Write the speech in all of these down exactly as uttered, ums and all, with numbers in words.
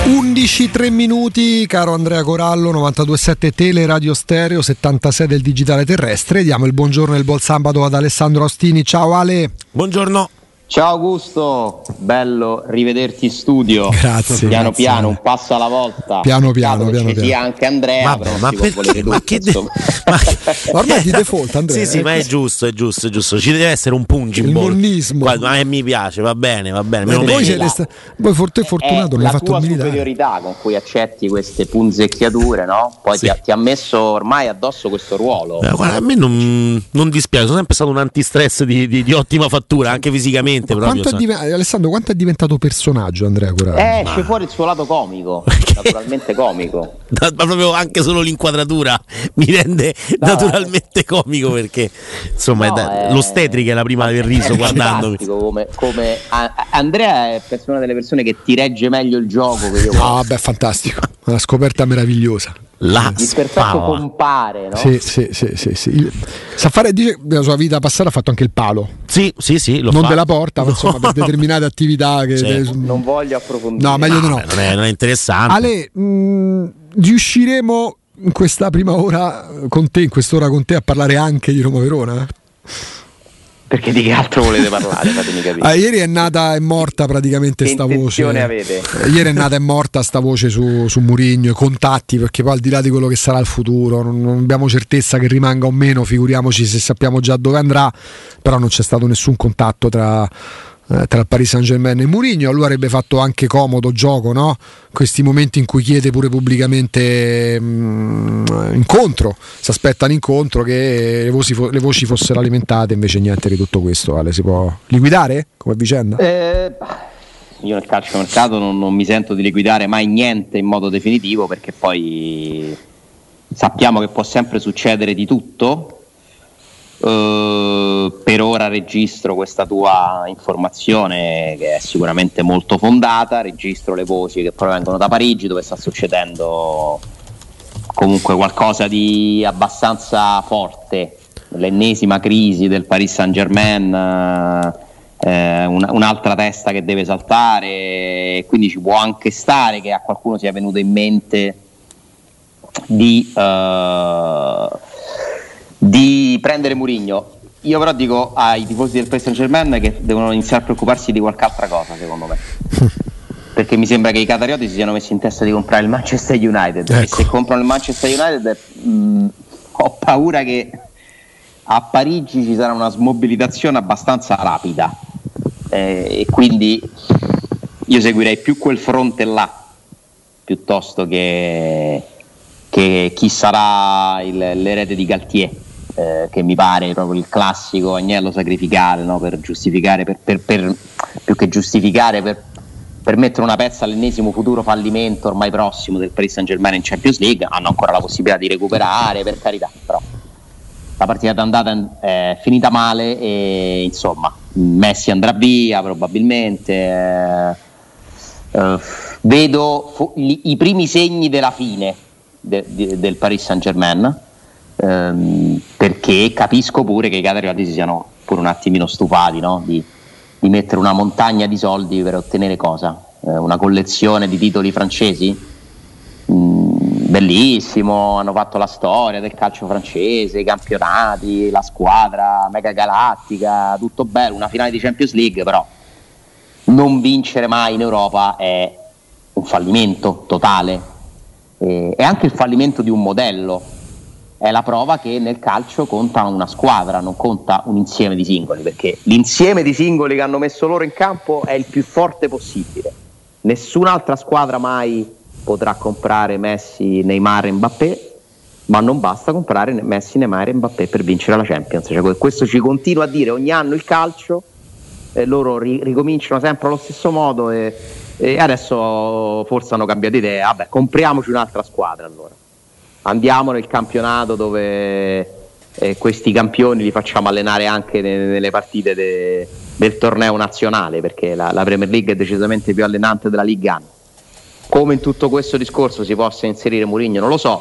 undici tre minuti, caro Andrea Corallo, novantadue virgola sette Tele Radio Stereo, settantasei del digitale terrestre. Diamo il buongiorno e il buon sabato ad Alessandro Ostini. Ciao Ale. Buongiorno. Ciao Augusto, bello rivederti in studio. Grazie. Piano grazie. piano, un passo alla volta. Piano piano, piano ci piano. sia anche Andrea, Vabbè, però ma si può volere perché? Ma tutto, che de- insomma. ma- Ormai di default, Andrea. Sì, sì, eh, ma è giusto, è giusto, è giusto. Ci deve essere un punching Il ball. monnismo. Guarda, ma eh, mi piace, va bene, va bene. Eh, meno voi male. siete sta- voi forte fortunato, non È hai la fatto tua il militare. superiorità con cui accetti queste punzecchiature, no? Poi Sì. ti, ha, ti ha messo ormai addosso questo ruolo. Eh, guarda, a me non, non dispiace, sono sempre stato un antistress di, di, di ottima fattura, anche fisicamente. Proprio, Quanto è sa. div- Alessandro, quanto è diventato personaggio Andrea Corallo? Eh, esce fuori il suo lato comico, naturalmente comico. Da- ma proprio anche solo l'inquadratura mi rende No, naturalmente comico, perché insomma No, è da- è- l'ostetrica è la prima del riso È guardandomi. fantastico come, come a- Andrea è una delle persone che ti regge meglio il gioco che io Ah, beh, fantastico, una scoperta meravigliosa. La il perfetto spava. compare, no? Sì, sì, sì, sì, sì. Il- sa fare, dice, nella sua vita passata ha fatto anche il palo, Sì, sì, sì, lo non fa. della porta, ma No. insomma per determinate attività che Sì. Non voglio approfondire. No, meglio di no. Vabbè, non, è, non è interessante. Ale, mh, riusciremo in questa prima ora con te, in quest'ora con te, a parlare anche di Roma Verona? Perché di che altro volete parlare? Fatemi capire. Ah, ieri è nata e morta praticamente Che sta voce. intenzione avete? Eh, Ieri è nata e morta sta voce su, su Mourinho, i contatti, perché poi al di là di quello che sarà il futuro, non, non abbiamo certezza che rimanga o meno, figuriamoci se sappiamo già dove andrà, però non c'è stato nessun contatto tra, eh, tra il Paris Saint-Germain e Mourinho. Lui avrebbe fatto anche comodo gioco, no? Questi momenti in cui chiede pure pubblicamente mh, incontro, si aspetta l'incontro, che le voci, fo- le voci fossero alimentate, invece niente di tutto questo. Ale, si può liquidare come vicenda? Eh, io nel calciomercato non, non mi sento di liquidare mai niente in modo definitivo, perché poi sappiamo che può sempre succedere di tutto. Uh, per ora registro questa tua informazione che è sicuramente molto fondata, registro le voci che provengono da Parigi, dove sta succedendo comunque qualcosa di abbastanza forte, l'ennesima crisi del Paris Saint-Germain, eh, una, un'altra testa che deve saltare, quindi ci può anche stare che a qualcuno sia venuto in mente di uh, di prendere Mourinho. Io però dico ai tifosi del Paris Saint-Germain che devono iniziare a preoccuparsi di qualche altra cosa, secondo me, perché mi sembra che i qatarioti si siano messi in testa di comprare il Manchester United, ecco. E se comprano il Manchester United mh, ho paura che a Parigi ci sarà una smobilitazione abbastanza rapida, eh, e quindi io seguirei più quel fronte là piuttosto che, che chi sarà il, l'erede di Galtier. Eh, che mi pare proprio il classico agnello sacrificale, no? Per giustificare, per, per, per, più che giustificare, per, per mettere una pezza all'ennesimo futuro fallimento ormai prossimo del Paris Saint-Germain in Champions League. Hanno ancora la possibilità di recuperare, per carità, però la partita d'andata è finita male e insomma Messi andrà via probabilmente, eh, eh, vedo fu- gli, i primi segni della fine de, de, del Paris Saint-Germain. Ehm, perché capisco pure che i qatarioti si siano pure un attimino stufati, no? di, di mettere una montagna di soldi per ottenere cosa? Eh, una collezione di titoli francesi? Mm, bellissimo, hanno fatto la storia del calcio francese, i campionati, la squadra mega galattica, tutto bello, una finale di Champions League, però non vincere mai in Europa è un fallimento totale, eh, è anche il fallimento di un modello. È la prova che nel calcio conta una squadra, non conta un insieme di singoli, perché l'insieme di singoli che hanno messo loro in campo è il più forte possibile. Nessun'altra squadra mai potrà comprare Messi, Neymar e Mbappé, ma non basta comprare Messi, Neymar e Mbappé per vincere la Champions. Cioè, questo ci continua a dire ogni anno il calcio, e loro ri- ricominciano sempre allo stesso modo e, e adesso forse hanno cambiato idea. Vabbè, compriamoci un'altra squadra allora. Andiamo nel campionato dove eh, questi campioni li facciamo allenare anche ne, nelle partite de, del torneo nazionale, perché la, la Premier League è decisamente più allenante della Ligue uno. Come in tutto questo discorso si possa inserire Mourinho non lo so.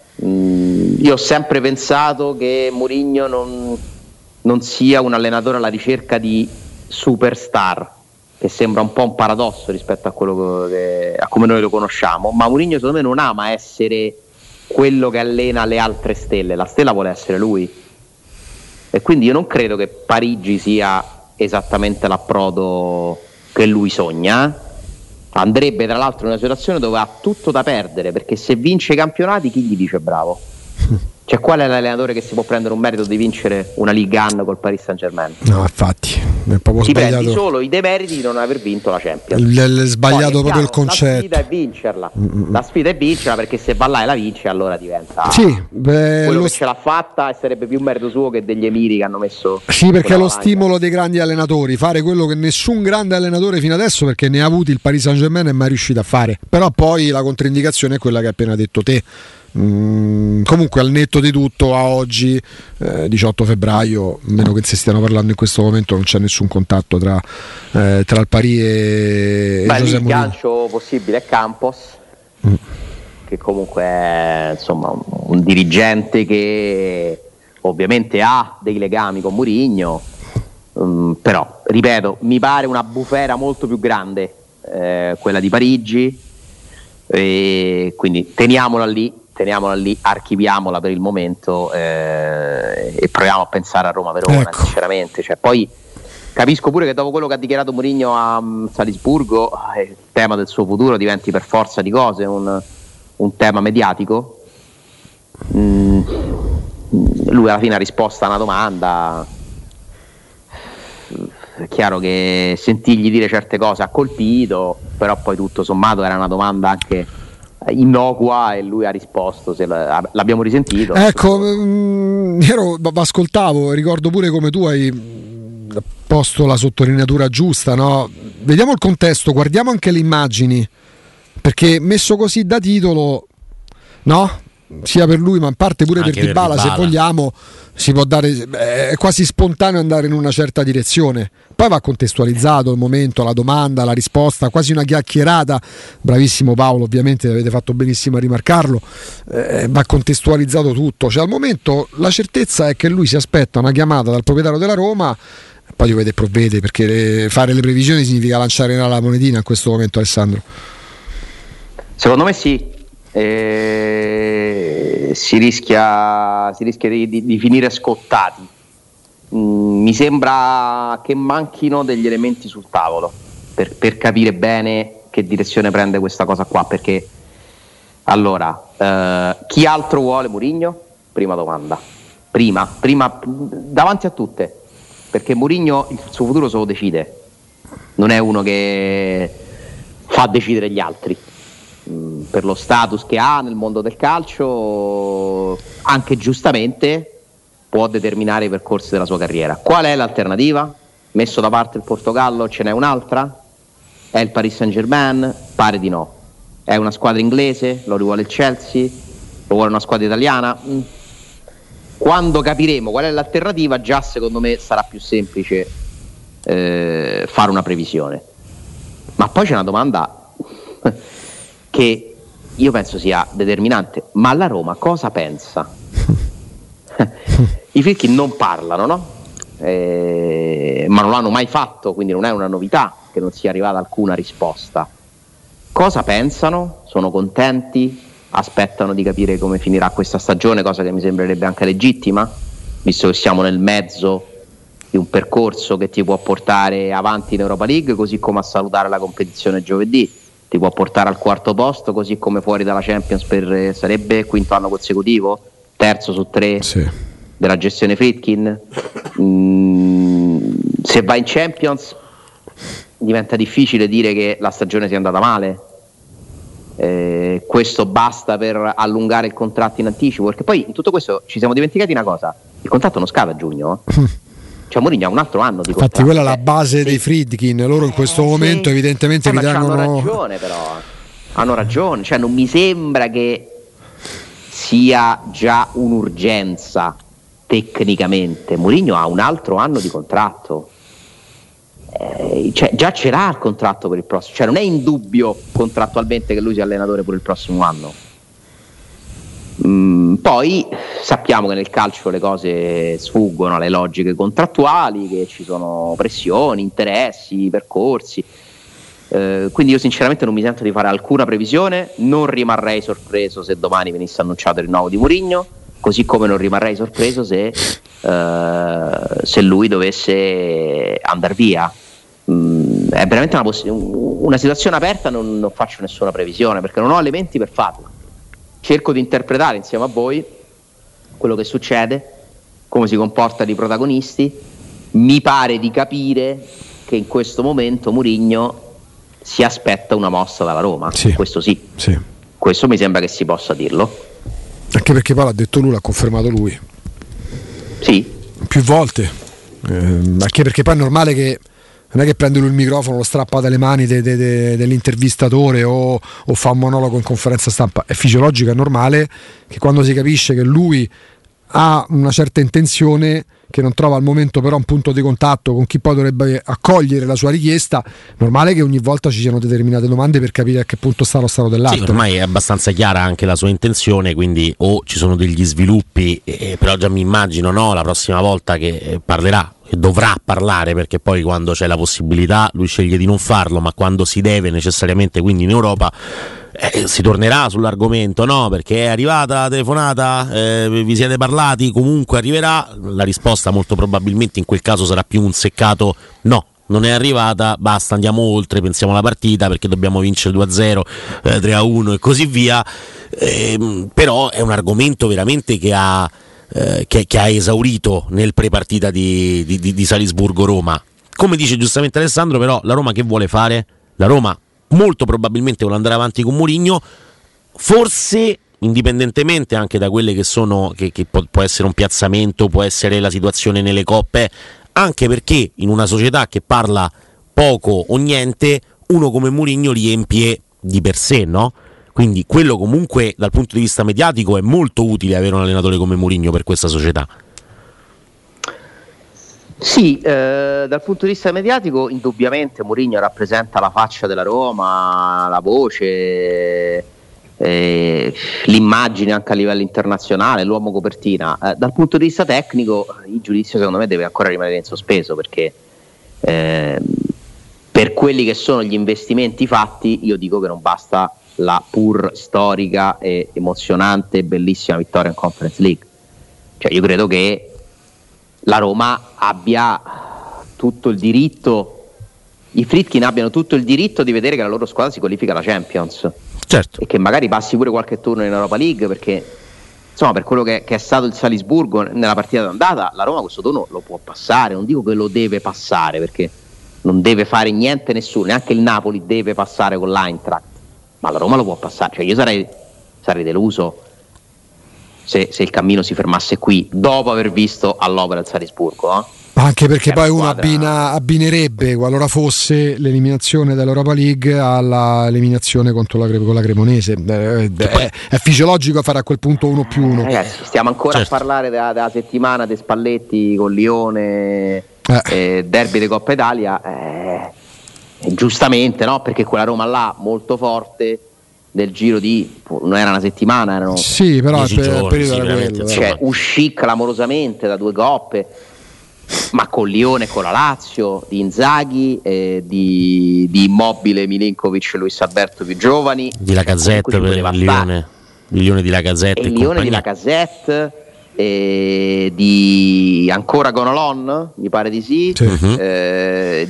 Mm, io ho sempre pensato che Mourinho non, non sia un allenatore alla ricerca di superstar, che sembra un po' un paradosso rispetto a quello che, a come noi lo conosciamo, ma Mourinho secondo me non ama essere quello che allena le altre stelle, la stella vuole essere lui, e quindi io non credo che Parigi sia esattamente l'approdo che lui sogna. Andrebbe tra l'altro in una situazione dove ha tutto da perdere, perché se vince i campionati chi gli dice bravo? Cioè, qual è l'allenatore che si può prendere un merito di vincere una Ligue uno col Paris Saint-Germain? No, infatti è proprio si sbagliato. prendi solo i demeriti di non aver vinto la Champions. L- l- sbagliato Poi, proprio chiaro, il concetto. La sfida è vincerla. Mm-mm. La sfida è vincerla, perché se va là e la vince allora diventa sì, beh, quello lo... che ce l'ha fatta, e sarebbe più merito suo che degli emiri che hanno messo. Sì, perché è lo stimolo dei grandi allenatori, fare quello che nessun grande allenatore fino adesso, perché ne ha avuti il Paris Saint-Germain, è mai riuscito a fare. Però poi la controindicazione è quella che hai appena detto te. Mm, comunque, al netto di tutto, a oggi eh, diciotto febbraio, meno che si stiano parlando in questo momento, non c'è nessun contatto tra, eh, tra il Paris e, Beh, e José il Mourinho. gancio possibile è Campos, mm. che comunque è insomma un, un dirigente che ovviamente ha dei legami con Mourinho, um, però ripeto, mi pare una bufera molto più grande eh, quella di Parigi, e quindi teniamola lì. Teniamola lì, archiviamola per il momento eh, e proviamo a pensare a Roma-Verona, ecco. Sinceramente, cioè, poi capisco pure che dopo quello che ha dichiarato Mourinho a um, Salisburgo, eh, il tema del suo futuro diventi per forza di cose un, un tema mediatico. Mm, lui alla fine ha risposto a una domanda, è chiaro che sentirgli dire certe cose ha colpito, però poi tutto sommato era una domanda anche innocua e lui ha risposto, se l'abbiamo risentito. Ecco, mh, ero, ascoltavo, ricordo pure come tu hai posto la sottolineatura giusta, no? Vediamo il contesto, guardiamo anche le immagini, perché messo così da titolo, no? Sia per lui ma in parte pure anche per Dybala, se vogliamo si può dare, è quasi spontaneo andare in una certa direzione, poi va contestualizzato il momento, la domanda, la risposta, quasi una chiacchierata. Bravissimo Paolo, ovviamente avete fatto benissimo a rimarcarlo, eh, va contestualizzato tutto, cioè al momento la certezza è che lui si aspetta una chiamata dal proprietario della Roma, poi dovete provvedere, perché fare le previsioni significa lanciare la monetina in questo momento, Alessandro. Secondo me sì. E si rischia, si rischia di, di, di finire scottati. Mm, mi sembra che manchino degli elementi sul tavolo per, per capire bene che direzione prende questa cosa qua, perché allora eh, chi altro vuole Mourinho? Prima domanda, prima, prima davanti a tutte, perché Mourinho il suo futuro se lo decide, non è uno che fa decidere gli altri. Per lo status che ha nel mondo del calcio, anche giustamente può determinare i percorsi della sua carriera. Qual è l'alternativa? Messo da parte il Portogallo, ce n'è un'altra? È il Paris Saint-Germain? Pare di no. È una squadra inglese? Lo vuole il Chelsea? Lo vuole una squadra italiana? Quando capiremo qual è l'alternativa, già secondo me sarà più semplice eh, fare una previsione. Ma poi c'è una domanda che io penso sia determinante: ma la Roma cosa pensa? I Friedkin non parlano, no? Eh, ma non l'hanno mai fatto, quindi non è una novità che non sia arrivata alcuna risposta. Cosa pensano? Sono contenti? Aspettano di capire come finirà questa stagione, cosa che mi sembrerebbe anche legittima, visto che siamo nel mezzo di un percorso che ti può portare avanti in Europa League, così come a salutare la competizione giovedì, ti può portare al quarto posto, così come fuori dalla Champions per, sarebbe quinto anno consecutivo, terzo su tre sì. della gestione Friedkin. Mm, se vai in Champions diventa difficile dire che la stagione sia andata male. Eh, questo basta per allungare il contratto in anticipo, perché poi in tutto questo ci siamo dimenticati una cosa: il contratto non scade a giugno. Cioè Mourinho ha un altro anno di contratto. Infatti quella è la base sì. dei Friedkin, loro in questo eh, momento sì. evidentemente eh, ritengono... hanno ragione però, hanno ragione, cioè non mi sembra che sia già un'urgenza tecnicamente. Mourinho ha un altro anno di contratto, eh, cioè già ce l'ha il contratto per il prossimo, cioè non è in dubbio contrattualmente che lui sia allenatore pure il prossimo anno. Mm, Poi sappiamo che nel calcio le cose sfuggono alle logiche contrattuali, che ci sono pressioni, interessi, percorsi. Eh, quindi io sinceramente non mi sento di fare alcuna previsione, non rimarrei sorpreso se domani venisse annunciato il rinnovo di Mourinho, così come non rimarrei sorpreso se, eh, se lui dovesse andare via. Mm, è veramente una, poss- una situazione aperta, non, non faccio nessuna previsione perché non ho elementi per farlo. Cerco di interpretare insieme a voi quello che succede, come si comportano i protagonisti. Mi pare di capire che in questo momento Mourinho si aspetta una mossa dalla Roma, sì, questo sì. sì, questo mi sembra che si possa dirlo, anche perché poi l'ha detto lui, l'ha confermato lui, sì, più volte, eh, anche perché poi è normale che non è che prende lui il microfono, lo strappa dalle mani de, de, de, dell'intervistatore o, o fa un monologo in conferenza stampa. È fisiologico, è normale che quando si capisce che lui ha una certa intenzione, che non trova al momento però un punto di contatto con chi poi dovrebbe accogliere la sua richiesta, normale che ogni volta ci siano determinate domande per capire a che punto sta lo stato dell'arte. Sì, ormai è abbastanza chiara anche la sua intenzione, quindi o ci sono degli sviluppi, eh, però già mi immagino, no, la prossima volta che eh, parlerà, che dovrà parlare, perché poi quando c'è la possibilità lui sceglie di non farlo, ma quando si deve necessariamente, quindi in Europa, Eh, si tornerà sull'argomento, no? Perché è arrivata la telefonata, eh, vi siete parlati, comunque arriverà. La risposta molto probabilmente in quel caso sarà più un seccato no, non è arrivata, basta, andiamo oltre, pensiamo alla partita perché dobbiamo vincere due a zero, eh, tre a uno e così via. Eh, però è un argomento veramente che ha, eh, che, che ha esaurito nel prepartita di, di, di, di Salisburgo-Roma. Come dice giustamente Alessandro, però la Roma che vuole fare? La Roma molto probabilmente vuole andare avanti con Mourinho, forse indipendentemente anche da quelle che sono, che, che può, può essere un piazzamento, può essere la situazione nelle coppe, anche perché in una società che parla poco o niente, uno come Mourinho riempie di per sé, no? Quindi quello comunque dal punto di vista mediatico è molto utile avere un allenatore come Mourinho per questa società. Sì, eh, dal punto di vista mediatico indubbiamente Mourinho rappresenta la faccia della Roma, la voce, eh, l'immagine anche a livello internazionale, l'uomo copertina. Eh, dal punto di vista tecnico il giudizio secondo me deve ancora rimanere in sospeso perché eh, per quelli che sono gli investimenti fatti io dico che non basta la pur storica e emozionante e bellissima vittoria in Conference League. Cioè io credo che la Roma abbia tutto il diritto, i Friedkin abbiano tutto il diritto di vedere che la loro squadra si qualifica alla Champions, certo, e che magari passi pure qualche turno in Europa League, perché insomma per quello che, che è stato il Salisburgo nella partita d'andata la Roma questo turno lo può passare, non dico che lo deve passare perché non deve fare niente nessuno, neanche il Napoli deve passare con l'Eintracht, ma la Roma lo può passare. Cioè io sarei, sarei deluso Se, se il cammino si fermasse qui dopo aver visto all'opera il Salisburgo, eh? Anche perché è poi uno squadra... abbina, abbinerebbe qualora fosse l'eliminazione dall'Europa League all'eliminazione contro la, con la Cremonese. È, è, è fisiologico fare a quel punto uno più uno. Ragazzi, stiamo ancora certo. a parlare della, della settimana di Spalletti con Lione, eh. Eh, derby di Coppa Italia, eh, giustamente, no? Perché quella Roma là molto forte del giro di non era una settimana, erano sì, però il giorni, periodo sì, era quello, cioè uscì clamorosamente da due coppe, ma con Lione e con la Lazio, di Inzaghi, eh, di, di Immobile, Milinkovic, Luis Alberto più giovani, di Lacazette per il Lione, il Lione di Lacazette e e il Lione compagnia. di Lacazette, eh, di ancora Gonalon, mi pare di sì, sì. eh,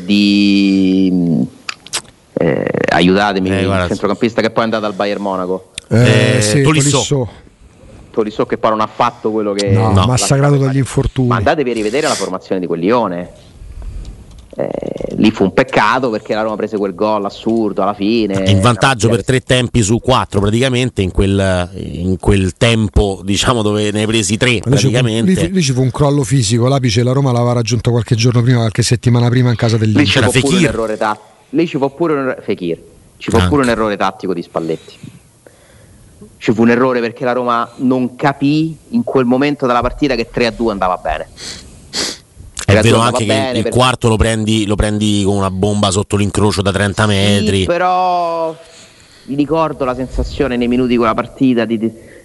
di eh, aiutatemi, eh, il centrocampista che poi è andato al Bayern Monaco, eh, eh, sì, Tolisso. Tolisso che poi non ha fatto quello che no, no. massacrato dagli infortuni. Ma andatevi a rivedere la formazione di quel Lione, eh, lì fu un peccato perché la Roma prese quel gol assurdo alla fine, in vantaggio per tre tempi su quattro praticamente in quel, in quel tempo, diciamo, dove ne hai presi tre praticamente. Lì, lì ci fu un crollo fisico, l'apice la Roma l'aveva raggiunto qualche giorno prima, qualche settimana prima in casa del lì ci Lione. fu pure un errore tattico, lì ci fu pure un Fekir ci fu pure un errore tattico di Spalletti. Ci fu un errore perché la Roma non capì in quel momento della partita che tre a due andava bene. È vero anche che il perché... quarto lo prendi, lo prendi con una bomba sotto l'incrocio da trenta metri. Sì, però mi ricordo la sensazione nei minuti di quella partita di, di,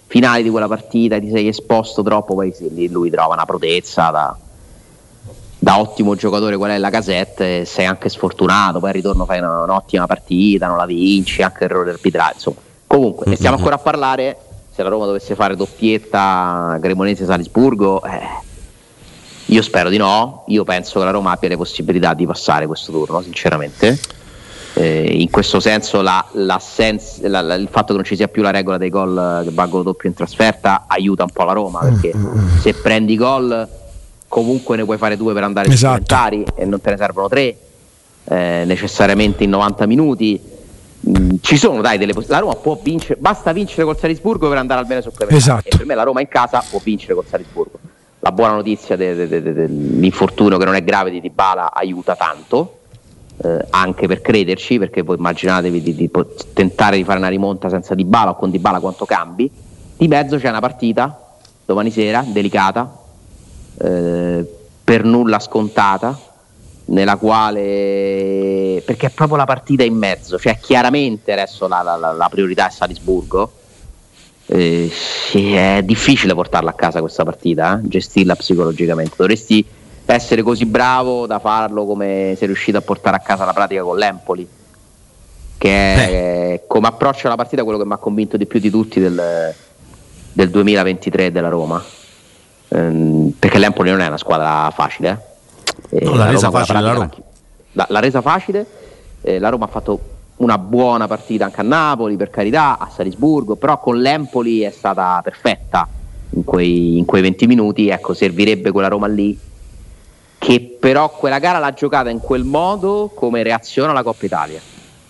finali di quella partita, ti sei esposto troppo, poi sì, lui trova una protezza da, da ottimo giocatore qual è la Lacazette, e sei anche sfortunato, poi al ritorno fai una, un'ottima partita, non la vinci, anche errore arbitrale, insomma. Comunque ne stiamo ancora a parlare. Se la Roma dovesse fare doppietta Cremonese-Salisburgo, eh, io spero di no. Io penso che la Roma abbia le possibilità di passare questo turno, sinceramente. Eh, in questo senso la, l'assenza, la, la, il fatto che non ci sia più la regola dei gol che valgono doppio in trasferta aiuta un po' la Roma, perché se prendi gol comunque ne puoi fare due per andare esatto. ai supplementari e non te ne servono tre eh, necessariamente in novanta minuti. Ci sono dai delle poss- la Roma può vincere, basta vincere col Salisburgo per andare almeno supplementare, esatto. E per me la Roma in casa può vincere col Salisburgo. La buona notizia de- de- de- de- dell'infortunio che non è grave di Dybala aiuta tanto, eh, anche per crederci, perché voi immaginatevi di, di pot- tentare di fare una rimonta senza Dybala o con Dybala quanto cambi. Di mezzo c'è una partita domani sera delicata, eh, per nulla scontata, nella quale, perché è proprio la partita in mezzo, cioè chiaramente adesso la, la, la priorità è Salisburgo, eh, è difficile portarla a casa questa partita, eh? Gestirla psicologicamente, dovresti essere così bravo da farlo come sei riuscito a portare a casa la pratica con l'Empoli, che è, come approccio alla partita, quello che mi ha convinto di più di tutti del, del duemilaventitré della Roma, ehm, perché l'Empoli non è una squadra facile, eh? No, la, la resa facile la Roma. La, la resa facile, eh, la Roma ha fatto una buona partita anche a Napoli, per carità, a Salisburgo, però con l'Empoli è stata perfetta in quei, in quei venti minuti. Ecco, servirebbe quella Roma lì, che però quella gara l'ha giocata in quel modo come reazione alla Coppa Italia,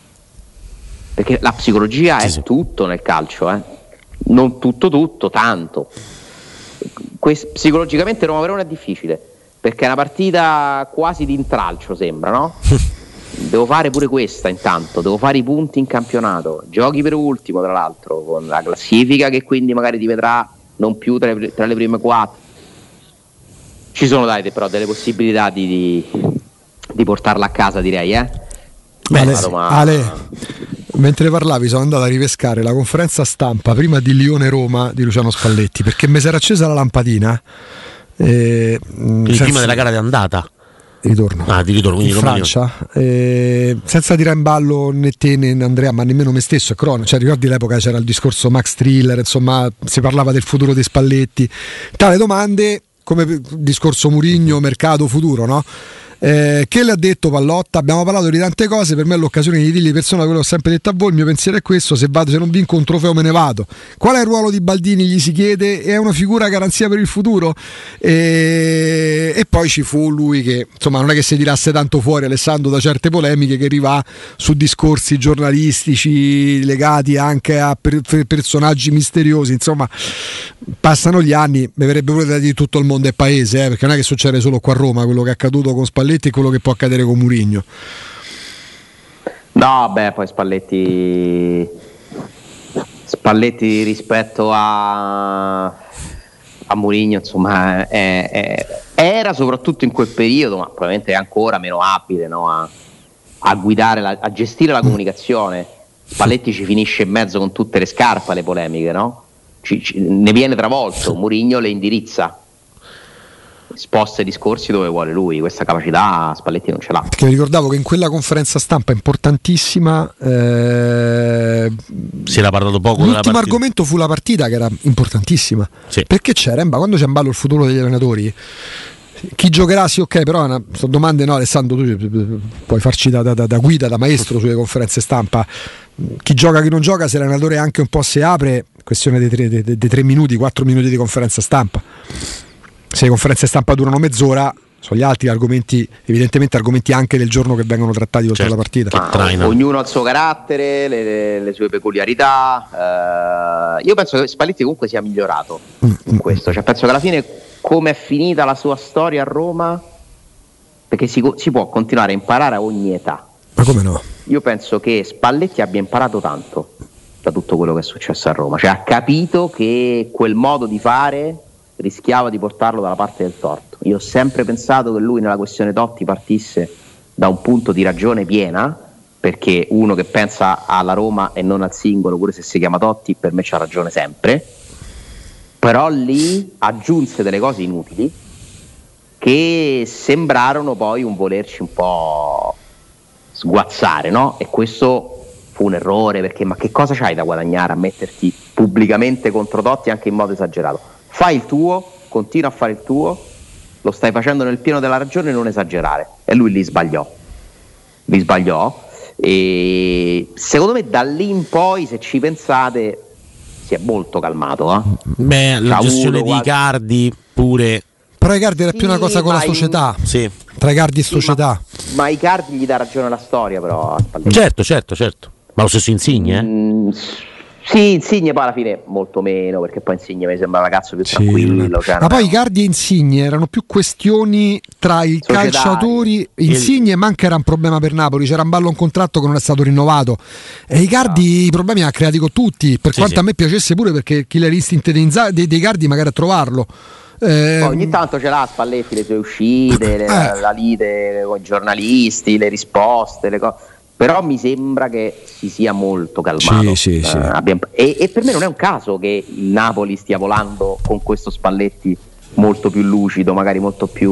perché la psicologia sì, è sì. tutto nel calcio, eh? Non tutto tutto, tanto. Que- psicologicamente Roma Verona è difficile, perché è una partita quasi di intralcio, sembra, no? Devo fare pure questa intanto, devo fare i punti in campionato, giochi per ultimo tra l'altro, con la classifica che quindi magari ti vedrà non più tra le, tra le prime quattro. Ci sono dai però delle possibilità di, di, di portarla a casa, direi, eh? Beh, Ale, Roma... Ale, mentre parlavi sono andato a ripescare la conferenza stampa prima di Lione-Roma di Luciano Spalletti, perché mi si era accesa la lampadina. Eh, il senza... prima della gara di andata di ritorno, ah, di ritorno in Francia, eh, senza tirare in ballo né te né Andrea, ma nemmeno me stesso, Crono, cioè ricordi l'epoca c'era il discorso Max Thriller, insomma si parlava del futuro dei Spalletti, tale domande come discorso Mourinho, mercato, futuro, no? Eh, che le ha detto Pallotta? Abbiamo parlato di tante cose, per me è l'occasione di dirgli persona quello che ho sempre detto a voi, il mio pensiero è questo: se vado, se non vinco un trofeo me ne vado. Qual è il ruolo di Baldini? Gli si chiede, è una figura garanzia per il futuro? E, e poi ci fu lui che insomma non è che si tirasse tanto fuori, Alessandro, da certe polemiche, che arriva su discorsi giornalistici legati anche a per, per personaggi misteriosi, insomma passano gli anni, mi verrebbe pure da dire tutto il mondo è paese, eh, perché non è che succede solo qua a Roma quello che è accaduto con Spalletti e quello che può accadere con Mourinho. No, beh, poi Spalletti Spalletti rispetto a a Mourinho, insomma, è, è, era soprattutto in quel periodo, ma probabilmente è ancora meno abile, no, a, a guidare, la, a gestire la comunicazione. Spalletti ci finisce in mezzo con tutte le scarpe alle polemiche, no? Ci, ci, ne viene travolto, Mourinho le indirizza, sposta i discorsi dove vuole lui. Questa capacità Spalletti non ce l'ha. Perché mi ricordavo che in quella conferenza stampa importantissima eh, si era parlato poco. L'ultimo argomento fu la partita, che era importantissima, sì. Perché c'era in ba- quando c'è in ballo il futuro degli allenatori, chi giocherà sì, ok, però una, sono domande, no, Alessandro, tu puoi farci da, da, da guida, da maestro sulle conferenze stampa. Chi gioca, chi non gioca, se l'allenatore anche un po' si apre, questione dei tre, dei, dei tre minuti, quattro minuti di conferenza stampa. Se le conferenze stampa durano mezz'ora, sono gli altri argomenti, evidentemente argomenti anche del giorno che vengono trattati oltre certo, la partita. Ah, ognuno ha il suo carattere, le, le sue peculiarità. Uh, io penso che Spalletti comunque sia migliorato mm. in questo, cioè, penso che alla fine, come è finita la sua storia a Roma, perché si, si può continuare a imparare a ogni età. Ma come no? Io penso che Spalletti abbia imparato tanto da tutto quello che è successo a Roma, cioè ha capito che quel modo di fare rischiava di portarlo dalla parte del torto. Io ho sempre pensato che lui nella questione Totti partisse da un punto di ragione piena, perché uno che pensa alla Roma e non al singolo, pure se si chiama Totti, per me c'ha ragione sempre, però lì aggiunse delle cose inutili che sembrarono poi un volerci un po' sguazzare, no? E questo fu un errore, perché ma che cosa c'hai da guadagnare a metterti pubblicamente contro Totti anche in modo esagerato? Fai il tuo, continua a fare il tuo, lo stai facendo nel pieno della ragione, non esagerare. E lui lì sbagliò, lì sbagliò e secondo me da lì in poi, se ci pensate, si è molto calmato. Eh? Beh, la C'ha gestione di qualche... Icardi pure. Però Icardi era sì, più una cosa con la in... società, sì. Tra Icardi e sì, società. Ma, ma Icardi gli dà ragione la storia, però a Spalletti. Certo, certo, certo. Ma lo stesso Insigne, eh? Mm, sì, Insigne poi alla fine molto meno, perché poi Insigne mi sembra un ragazzo più tranquillo. Sì, cioè ma poi è... Icardi e Insigne erano più questioni tra i Societari. calciatori. Insigne Il... manca era un problema per Napoli, c'era in ballo un contratto che non è stato rinnovato e Icardi no. I problemi li ha creati con tutti, per sì, quanto sì. a me piacesse pure, perché Killer Instinct dei, dei, dei Icardi magari a trovarlo. Eh, ogni tanto ce l'ha Spalletti, le sue uscite, le, eh. la, la lite con i giornalisti, le risposte, le cose. Però mi sembra che si sia molto calmato. Sì, sì, sì. Uh, abbiamo... e, e per me non è un caso che il Napoli stia volando con questo Spalletti molto più lucido, magari molto più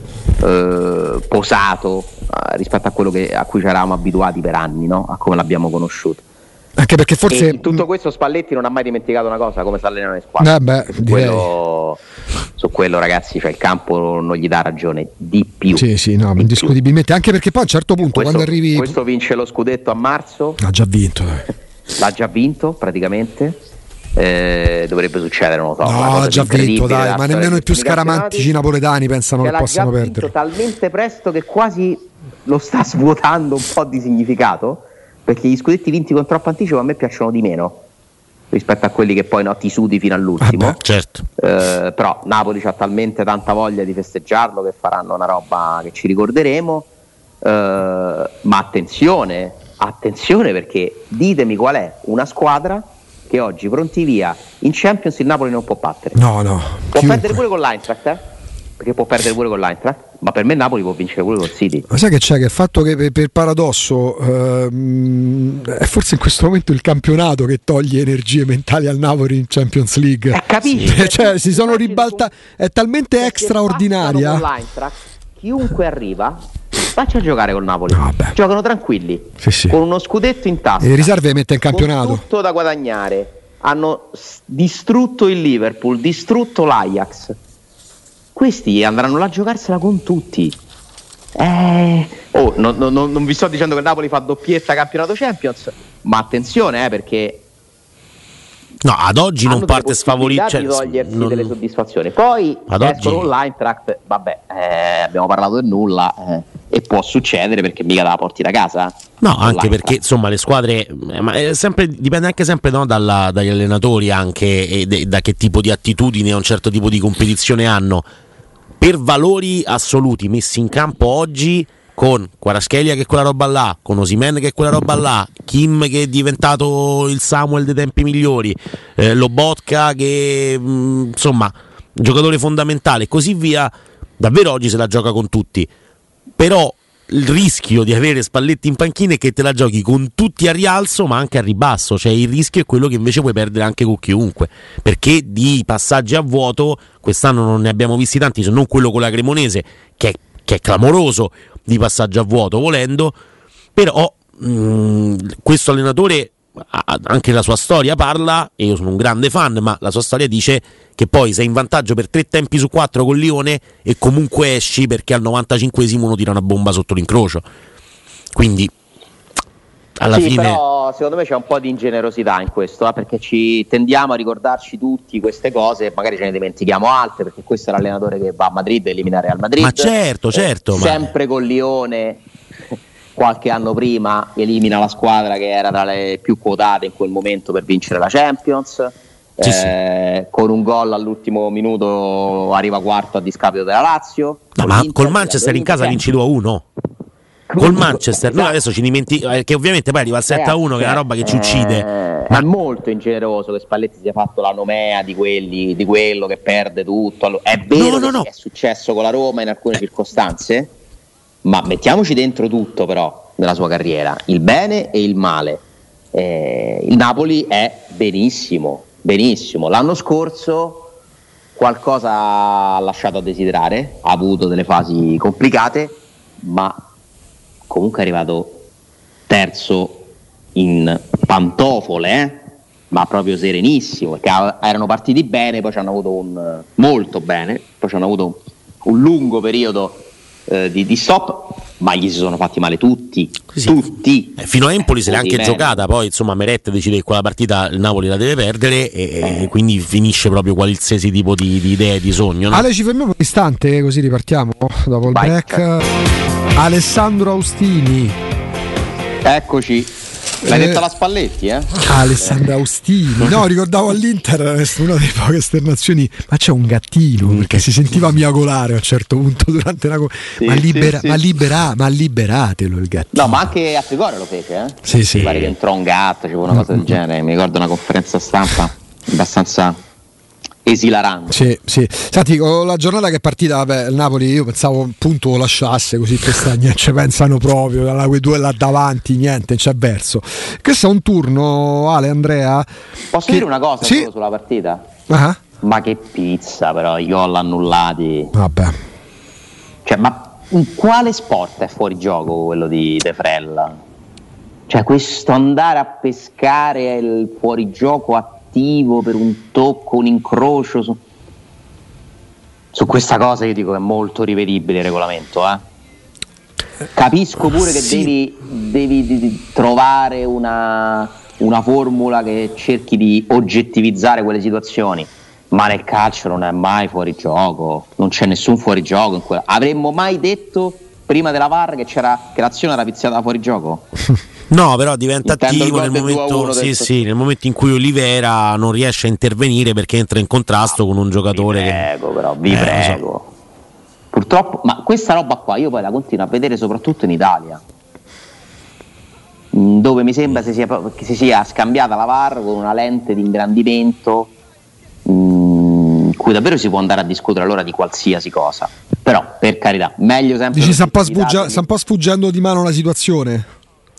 uh, posato uh, rispetto a quello che, a cui ci eravamo abituati per anni, no? A come l'abbiamo conosciuto. Anche perché forse e in tutto questo Spalletti non ha mai dimenticato una cosa: come si allenano le squadre. Eh beh, su, quello, su quello ragazzi, cioè il campo non gli dà ragione di più. Sì, sì, no, indiscutibilmente. Anche perché poi a un certo punto questo, quando arrivi, questo vince lo scudetto a marzo. Ha già vinto, dai. L'ha già vinto praticamente. Eh, dovrebbe succedere, non lo so. No, ha già vinto, dai, ma nemmeno i più scaramantici napoletani pensano che possano perdere. Talmente presto che quasi lo sta svuotando un po' di significato. Perché gli scudetti vinti con troppo anticipo a me piacciono di meno rispetto a quelli che poi no, ti sudi fino all'ultimo. Ah beh, certo. eh, però Napoli c'ha talmente tanta voglia di festeggiarlo che faranno una roba che ci ricorderemo. eh, ma attenzione attenzione perché ditemi qual è una squadra che oggi pronti via in Champions il Napoli non può battere. No, no. Può Chiunque. perdere pure con l'Eintracht, eh? Perché può perdere pure con l'Eintracht, ma per me Napoli può vincere pure col City. Ma sai che c'è? Che il fatto che per, per paradosso ehm, è forse in questo momento il campionato che toglie energie mentali al Napoli in Champions League. Eh, capisci? Cioè, si sono ribaltati, è talmente perché straordinaria. Con l'Eintracht, chiunque arriva faccia giocare col Napoli. No, giocano tranquilli, sì, sì. Con uno scudetto in tasca. E le riserve mette in campionato. Con tutto da guadagnare. Hanno distrutto il Liverpool, distrutto l'Ajax. Questi andranno là a giocarsela con tutti. Eh, oh, no, no, no, non vi sto dicendo che Napoli fa doppietta campionato Champions, ma attenzione, eh, perché no, ad oggi non parte sfavorito, cioè, di togliersi non... delle soddisfazioni. Poi ad escono oggi... l'Eintracht, vabbè, eh, abbiamo parlato del nulla, eh, e può succedere perché mica la porti da casa. No, anche perché insomma le squadre, ma è sempre, dipende anche sempre, no, dalla, dagli allenatori anche e de, da che tipo di attitudine a un certo tipo di competizione hanno. Per valori assoluti messi in campo oggi, con Kvaratskhelia che è quella roba là, con Osimhen che è quella roba là, Kim che è diventato il Samuel dei tempi migliori, eh, Lobotka che mh, insomma giocatore fondamentale e così via, davvero oggi se la gioca con tutti. Però il rischio di avere Spalletti in panchina è che te la giochi con tutti a rialzo ma anche a ribasso, cioè il rischio è quello che invece puoi perdere anche con chiunque, perché di passaggi a vuoto quest'anno non ne abbiamo visti tanti, se non quello con la Cremonese che è, che è clamoroso di passaggio a vuoto volendo, però mh, questo allenatore anche la sua storia parla, e io sono un grande fan, ma la sua storia dice che poi sei in vantaggio per tre tempi su quattro con Lione e comunque esci perché al novantacinquesimo uno tira una bomba sotto l'incrocio, quindi alla sì, fine però secondo me c'è un po' di ingenerosità in questo, eh, perché ci tendiamo a ricordarci tutti queste cose e magari ce ne dimentichiamo altre, perché questo è l'allenatore che va a Madrid a eliminare Real Madrid, ma certo, certo, eh, ma... sempre con Lione qualche anno prima elimina la squadra che era tra le più quotate in quel momento per vincere la Champions, sì, eh, sì. Con un gol all'ultimo minuto arriva quarto a discapito della Lazio. No, ma col Manchester in casa vinci due a uno. Col Manchester, noi adesso ci dimentichiamo, che ovviamente poi arriva al sette a uno, che è una roba che ci uccide. Eh, ma è molto ingeneroso che Spalletti sia fatto la nomea di quelli, di quello che perde tutto. È vero no, no, no. che è successo con la Roma in alcune circostanze, ma mettiamoci dentro tutto però nella sua carriera, il bene e il male. Eh, il Napoli è benissimo, benissimo. L'anno scorso qualcosa ha lasciato a desiderare, ha avuto delle fasi complicate, ma comunque è arrivato terzo in pantofole, eh? Ma proprio serenissimo, perché erano partiti bene, poi ci hanno avuto un molto bene, poi ci hanno avuto un lungo periodo eh, di, di stop, ma gli si sono fatti male tutti, sì, tutti. Eh, fino a Empoli se l'è anche bene. giocata, poi insomma Meret decide che quella partita il Napoli la deve perdere e, eh. e quindi finisce proprio qualsiasi tipo di, di idea e di sogno, no? Ale, ci fermiamo un istante così ripartiamo dopo il Vai. break. Alessandro Austini, eccoci. L'hai eh, detto alla Spalletti, eh? Alessandro Austini. No, ricordavo all'Inter una delle poche esternazioni, ma c'è un gattino, perché si sentiva miagolare a un certo punto durante la co- sì, ma, libera- sì, ma, sì. libera- ma liberatelo il gattino. No, ma anche a Trigoria lo fece, eh? Sì, sì. Mi pare che entrò un gatto, c'è una cosa del genere. Mi ricordo una conferenza stampa abbastanza esilarante. Sì, sì. Senti, con la giornata che è partita, vabbè, il Napoli io pensavo appunto lo lasciasse così, questa niente, ci pensano proprio, dalla quei due là davanti, niente, non c'è verso. Questo è un turno, Ale, Andrea. Posso che... dire una cosa sì? solo sulla partita? Ah. Ma che pizza, però, i gol annullati. Vabbè. Cioè, ma in quale sport è fuori gioco quello di De Frella? Cioè, questo andare a pescare il fuorigioco attivo per un tocco, un incrocio su, su questa cosa io dico che è molto rivedibile il regolamento, eh? Capisco pure che sì. devi, devi, devi trovare una, una formula che cerchi di oggettivizzare quelle situazioni, ma nel calcio non è mai fuori gioco, non c'è nessun fuori gioco in quella. Avremmo mai detto prima della V A R che, c'era, che l'azione era viziata fuori gioco? No, però diventa Intendo attivo nel momento, sì, sì, nel momento in cui Olivera non riesce a intervenire perché entra in contrasto con un giocatore. Vi prego, che... però, vi eh, prego. So. Purtroppo, ma questa roba qua io poi la continuo a vedere soprattutto in Italia, dove mi sembra si sia, che si sia scambiata la V A R con una lente di ingrandimento in cui davvero si può andare a discutere allora di qualsiasi cosa. Però, per carità, meglio sempre. Dici, sta un po' sfuggia- sta un po' sfuggendo di mano la situazione.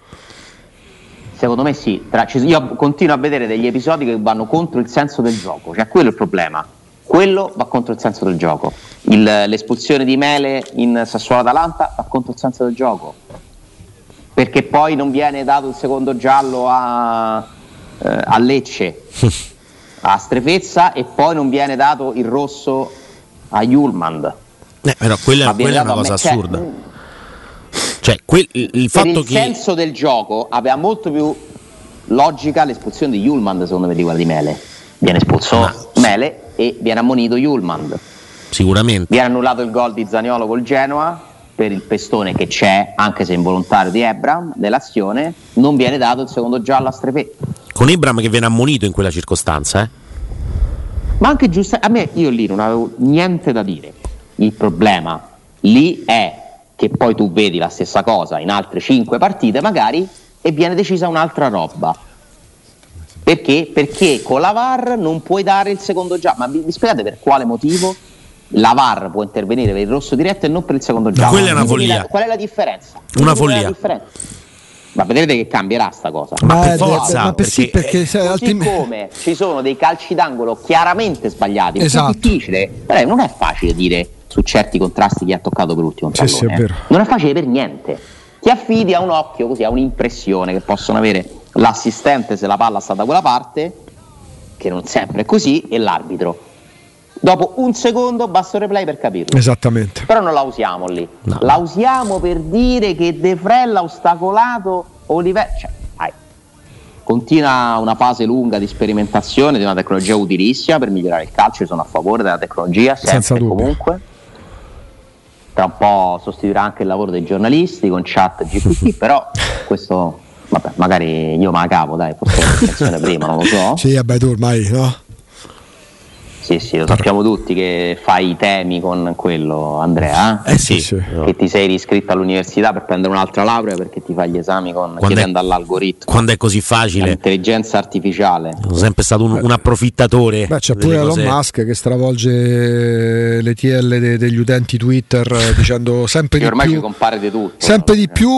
Secondo me sì, tra, io continuo a vedere degli episodi che vanno contro il senso del gioco, cioè quello è il problema, quello va contro il senso del gioco, il, l'espulsione di Mele in Sassuolo-Atalanta va contro il senso del gioco, perché poi non viene dato il secondo giallo a, eh, a Lecce, a Strefezza, e poi non viene dato il rosso a Julmand. Eh, però quella, quella è una cosa assurda. Cioè, Cioè, quel, il, il fatto per il che senso del gioco aveva molto più logica l'espulsione di Julmand, secondo me, di quella di Mele. Viene espulso Ma, Mele e viene ammonito Julmand. Sicuramente. Viene annullato il gol di Zaniolo col Genoa per il pestone che c'è, anche se involontario, di Ebram dell'azione. Non viene dato il secondo giallo a Strefè. Con Ebram che viene ammonito in quella circostanza, eh? Ma anche giusto, a me, io lì non avevo niente da dire. Il problema lì è che poi tu vedi la stessa cosa in altre cinque partite magari e viene decisa un'altra roba. Perché? Perché con la V A R non puoi dare il secondo giallo. Ma vi, vi spiegate per quale motivo la V A R può intervenire per il rosso diretto e non per il secondo giallo? No, quella è una follia. La, qual è la differenza? Una follia. La differenza? Ma vedrete che cambierà sta cosa. Ma, ma per è, forza, ma per perché, sì, perché se così altri... come ci sono dei calci d'angolo chiaramente sbagliati, esatto. È difficile, però non è facile dire su certi contrasti chi ha toccato per l'ultimo sì, pallone, sì, è vero. eh. Non è facile per niente. Ti affidi a un occhio, così, a un'impressione che possono avere l'assistente se la palla sta da quella parte, che non sempre è così, e l'arbitro. Dopo un secondo basta il replay per capirlo. Esattamente. Però non la usiamo lì. No. La usiamo per dire che De Frella ha ostacolato Olivera. Cioè, dai. Continua una fase lunga di sperimentazione di una tecnologia utilissima per migliorare il calcio. Io sono a favore della tecnologia, sempre e comunque. Tra un po' sostituirà anche il lavoro dei giornalisti con chat G P T, però questo, vabbè, magari io me la cavo, dai, forse l'attenzione prima, non lo so. Sì, vabbè, tu ormai, no? Sì, sì, lo sappiamo tutti che fai i temi con quello, Andrea, eh sì, sì. Che ti sei riscritto all'università per prendere un'altra laurea perché ti fai gli esami con quando chiedendo è, all'algoritmo. Quando è così facile. L'intelligenza artificiale. Sono sempre stato un, un approfittatore. Beh, c'è pure Elon Musk che stravolge le T L de, degli utenti Twitter dicendo sempre che di ormai più. ci compare di tutto. Sempre di più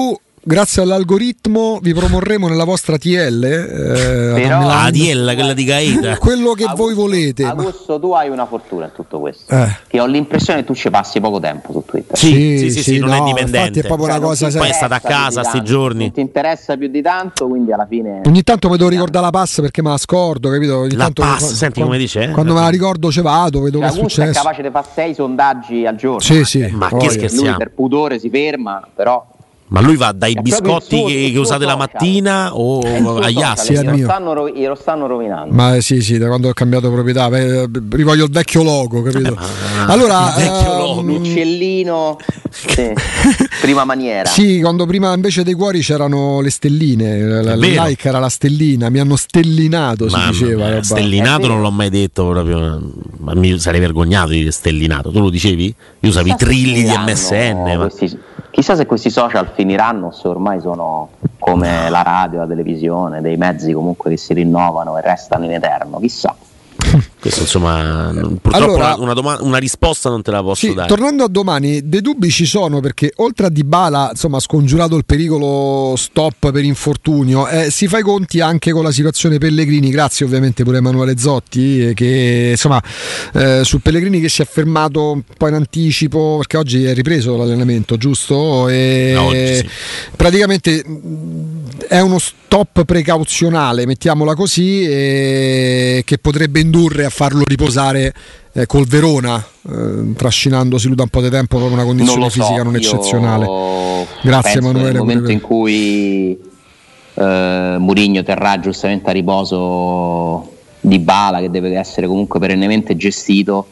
grazie all'algoritmo vi proporremo nella vostra T L, eh, Però, la T L, quella di Gaeta, quello che Augusto, voi volete. Augusto, tu hai una fortuna in tutto questo, Eh. che ho l'impressione che tu ci passi poco tempo su Twitter. Sì, sì, sì, sì, sì, non no, è dipendente. infatti è proprio Cioè, una non cosa ti Poi è interessa stata a casa più di sti tanto, giorni. non ti interessa più di tanto, quindi alla fine Ogni tanto mi devo ricordare la pass perché me la scordo, capito? Ogni La tanto, pass, quando, senti come dice, eh? quando me la ricordo ce vado, vedo cioè, che è Augusto è successo. capace di fare sei sondaggi al giorno. Sì, sì. Ma che voglia. scherzi- Lui Siamo. per pudore si ferma, però Ma lui va dai È proprio il biscotti suo- che, il che suo usate la social. mattina o è il suo agli social, assi? Sì, è glielo mio. stanno, ro- glielo stanno rovinando. Ma eh, sì, sì, da quando ho cambiato proprietà, beh, rivoglio il vecchio logo, capito? ma- Allora, il vecchio ehm, logo. L'uccellino, sì, prima maniera. sì, quando prima invece dei cuori c'erano le stelline, la, È il vero. like era la stellina, mi hanno stellinato, si Mamma diceva. mia, roba. stellinato È vero. non l'ho mai detto proprio, ma mi sarei vergognato di dire stellinato. Tu lo dicevi? Io usavo i Chissà se trilli di finiranno M S N. Ma... questi- chissà se questi social finiranno o se ormai sono come la radio, la televisione, dei mezzi comunque che si rinnovano e restano in eterno. Chissà. Questo insomma, purtroppo Allora- una, una, doma- una risposta non te la posso Sì, dare. tornando a domani, dei dubbi ci sono perché oltre a Dybala, insomma, ha scongiurato il pericolo stop per infortunio, eh, si fa i conti anche con la situazione Pellegrini, grazie ovviamente pure a Emanuele Zotti, eh, che insomma eh, su Pellegrini che si è fermato un po' in anticipo perché oggi è ripreso l'allenamento, giusto? E No, oggi sì. praticamente mh, è uno stop precauzionale, mettiamola così, e che potrebbe indurre a farlo riposare eh, col Verona, eh, trascinandosi lui da un po' di tempo proprio una condizione Non lo so, fisica non io eccezionale. Grazie penso Emanuele. nel pure momento per- in cui eh, Mourinho terrà giustamente a riposo Dybala, che deve essere comunque perennemente gestito,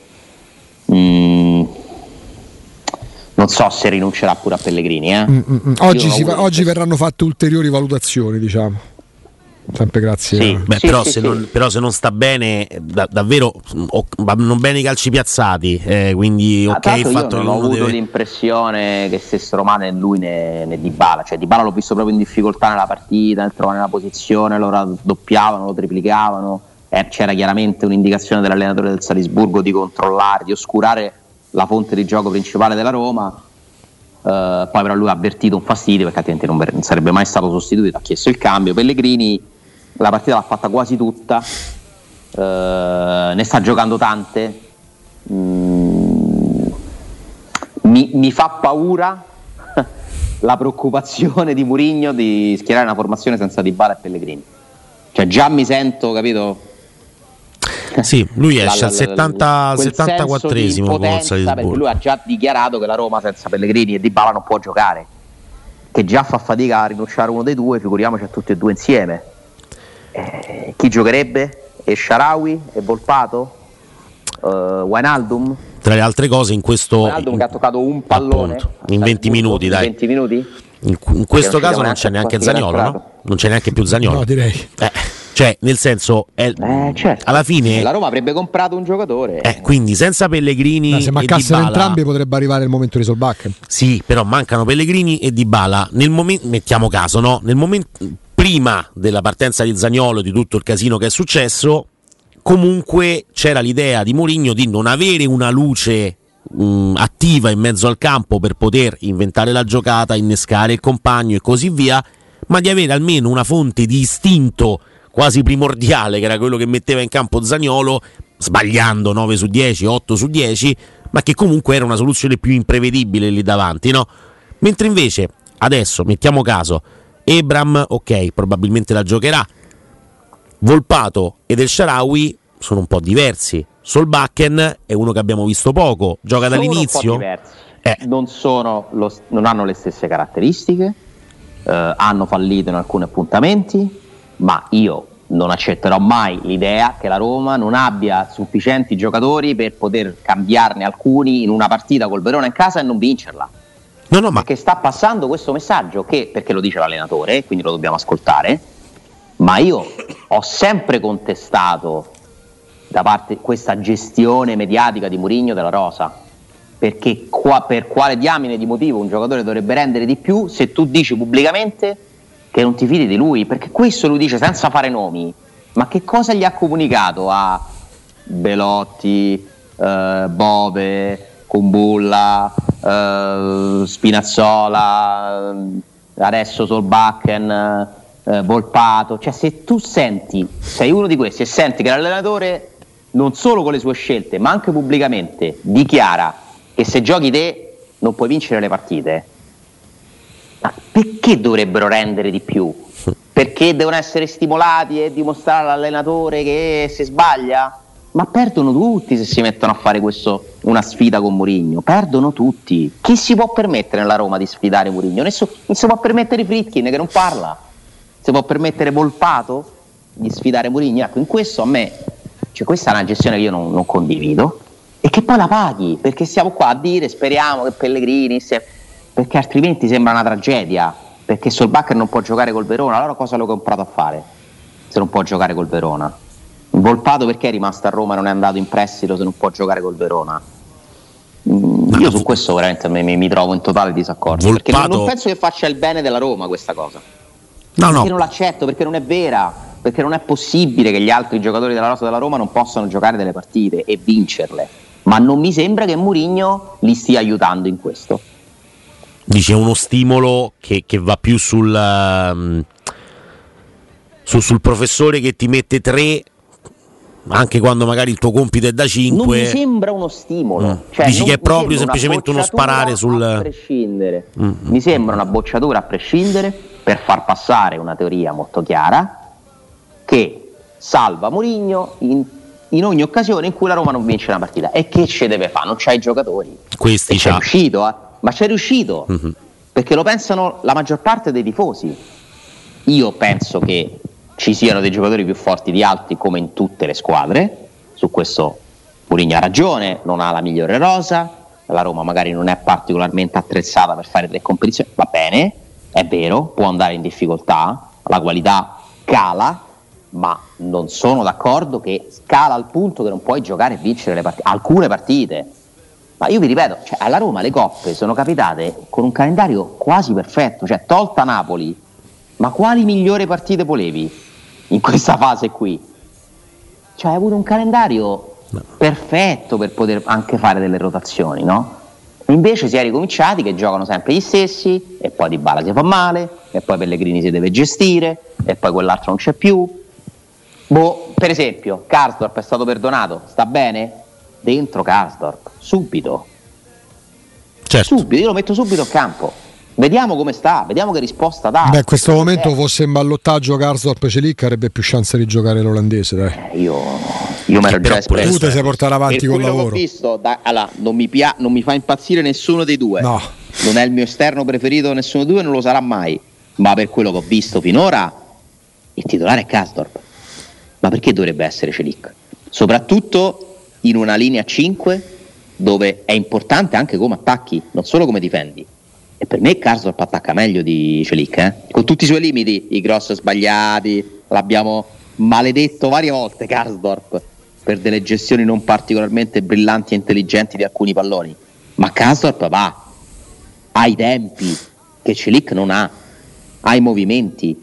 mh, non so se rinuncerà pure a Pellegrini, eh. Mm, mm, mm. Io Oggi, non ho si avuto fa- oggi queste- verranno fatte ulteriori valutazioni, diciamo. Sempre grazie. Sì. a- Beh, Sì, però, sì, se sì. Non, però se non sta bene, da- davvero o- vanno bene i calci piazzati. eh, quindi, Ah, ok, tra il l'altro io fatto non che ho uno avuto deve. l'impressione che stessero male né lui né, né Dybala, cioè Dybala l'ho visto proprio in difficoltà nella partita, nel trovare la posizione, lo raddoppiavano, lo triplicavano, eh, c'era chiaramente un'indicazione dell'allenatore del Salisburgo di controllare, di oscurare la fonte di gioco principale della Roma. Uh, poi però lui ha avvertito un fastidio perché altrimenti non, ver- non sarebbe mai stato sostituito, ha chiesto il cambio. Pellegrini la partita l'ha fatta quasi tutta, uh, ne sta giocando tante. Mm, mi, mi fa paura la preoccupazione di Mourinho di schierare una formazione senza Dybala e Pellegrini, cioè già mi sento, capito? Sì, lui La- esce la- al la- settanta, quel settantaquattresimo senso di col impotenza, perché Salisburgo. lui ha già dichiarato che la Roma senza Pellegrini e Dybala non può giocare, che già fa fatica a rinunciare a uno dei due, figuriamoci a tutti e due insieme. Eh, chi giocherebbe? E Shaarawy? E Volpato? Uh, Wijnaldum? Tra le altre cose, in questo. Wijnaldum che ha toccato un pallone appunto, a in venti Salisburgo, minuti, in dai. venti minuti? In, in questo non ci caso siamo non c'è neanche neanche Zaniolo, no? entrato. Non c'è neanche più Zaniolo. No, direi. Eh, cioè, nel senso, è- Eh, certo. alla fine. La Roma avrebbe comprato un giocatore. Eh, quindi senza Pellegrini Ma se e mancassero Dybala, entrambi potrebbe arrivare il momento di Solbakken. sì, però mancano Pellegrini e Dybala. Nel momento, mettiamo caso, no? Nel momento prima della partenza di Zaniolo, di tutto il casino che è successo, comunque c'era l'idea di Mourinho di non avere una luce mh, attiva in mezzo al campo per poter inventare la giocata, innescare il compagno e così via, ma di avere almeno una fonte di istinto quasi primordiale, che era quello che metteva in campo Zaniolo, sbagliando nove su dieci, otto su dieci, ma che comunque era una soluzione più imprevedibile lì davanti, no? Mentre invece adesso, mettiamo caso, Ebram, ok, probabilmente la giocherà, Volpato ed El Shaarawy sono un po' diversi. Solbakken è uno che abbiamo visto poco, gioca Sono dall'inizio. un po' diversi. Eh. Non, sono lo- non hanno le stesse caratteristiche, eh, hanno fallito in alcuni appuntamenti, ma io non accetterò mai l'idea che la Roma non abbia sufficienti giocatori per poter cambiarne alcuni in una partita col Verona in casa e non vincerla. No, no, ma Perché sta passando questo messaggio che, perché lo dice l'allenatore, quindi lo dobbiamo ascoltare, ma io ho sempre contestato da parte questa gestione mediatica di Mourinho della rosa, perché qua, per quale diamine di motivo un giocatore dovrebbe rendere di più se tu dici pubblicamente che non ti fidi di lui? Perché questo lui dice senza fare nomi, ma che cosa gli ha comunicato a Belotti, eh, Bove, Kumbulla, eh, Spinazzola, adesso Solbakken, eh, Volpato, cioè se tu senti, sei uno di questi e senti che l'allenatore non solo con le sue scelte ma anche pubblicamente dichiara che se giochi te non puoi vincere le partite, ma perché dovrebbero rendere di più? Perché devono essere stimolati e dimostrare all'allenatore che si sbaglia? Ma perdono tutti se si mettono a fare questo, una sfida con Mourinho, perdono tutti. Chi si può permettere nella Roma di sfidare Mourinho? Nessuno. Non si può permettere Friedkin che non parla, si può permettere Volpato di sfidare Mourinho. Ecco, in questo a me, cioè, questa è una gestione che io non, non condivido e che poi la paghi, perché siamo qua a dire speriamo che Pellegrini se... perché altrimenti sembra una tragedia, perché Solbakken non può giocare col Verona. Allora cosa l'ho comprato a fare se non può giocare col Verona? Volpato perché è rimasto a Roma e non è andato in prestito se non può giocare col Verona? Mm, io su questo veramente mi, mi trovo in totale disaccordo. Volpato... perché non, non penso che faccia il bene della Roma questa cosa. No, perché no. non l'accetto, perché non è vera, perché non è possibile che gli altri giocatori della rosa della Roma non possano giocare delle partite e vincerle. Ma non mi sembra che Mourinho li stia aiutando in questo. Dice uno stimolo che, che va più sul, um, su, sul professore che ti mette tre anche quando magari il tuo compito è da cinque. Non mi sembra uno stimolo. Mm. Cioè, dici che è proprio semplicemente uno sparare sul... a prescindere. Mm. Mi sembra una bocciatura a prescindere per far passare una teoria molto chiara che salva Mourinho in, in ogni occasione in cui la Roma non vince una partita. E che ce deve fare? Non c'ha i giocatori. Questi c'è riuscito, eh? Ma c'è riuscito, mm-hmm. perché lo pensano la maggior parte dei tifosi. Io penso che ci siano dei giocatori più forti di altri come in tutte le squadre, su questo Mourinho ha ragione, non ha la migliore rosa, la Roma magari non è particolarmente attrezzata per fare tre competizioni, va bene, è vero, può andare in difficoltà, la qualità cala, ma non sono d'accordo che cala al punto che non puoi giocare e vincere le partite, alcune partite. Ma io vi ripeto, cioè, alla Roma le coppe sono capitate con un calendario quasi perfetto, cioè tolta Napoli, ma quali migliori partite volevi in questa fase qui? Cioè hai avuto un calendario no. perfetto per poter anche fare delle rotazioni, no? E invece si è ricominciati che giocano sempre gli stessi, e poi Dybala si fa male, e poi Pellegrini si deve gestire, e poi quell'altro non c'è più. Boh, per esempio, Karsdorp è stato perdonato, sta bene? Dentro Karsdorp, subito. Certo. Subito, io lo metto subito a campo. Vediamo come sta, vediamo che risposta dà. Beh, in questo momento fosse in ballottaggio Karsdorp e Celic avrebbe più chance di giocare l'olandese, dai. Eh, io io mi ero già espresso. Tu te sei portato avanti con il lavoro. Ho visto, da, allora, non mi, pia, non mi fa impazzire nessuno dei due. No. Non è il mio esterno preferito nessuno dei due, non lo sarà mai. Ma per quello che ho visto finora, il titolare è Karsdorp. Ma perché dovrebbe essere Celic? Soprattutto in una linea cinque dove è importante anche come attacchi, non solo come difendi. E per me Karsdorp attacca meglio di Celic, eh? Con tutti i suoi limiti, i cross sbagliati, l'abbiamo maledetto varie volte Karsdorp per delle gestioni non particolarmente brillanti e intelligenti di alcuni palloni, ma Karsdorp va, ha i tempi che Celic non ha, ha i movimenti,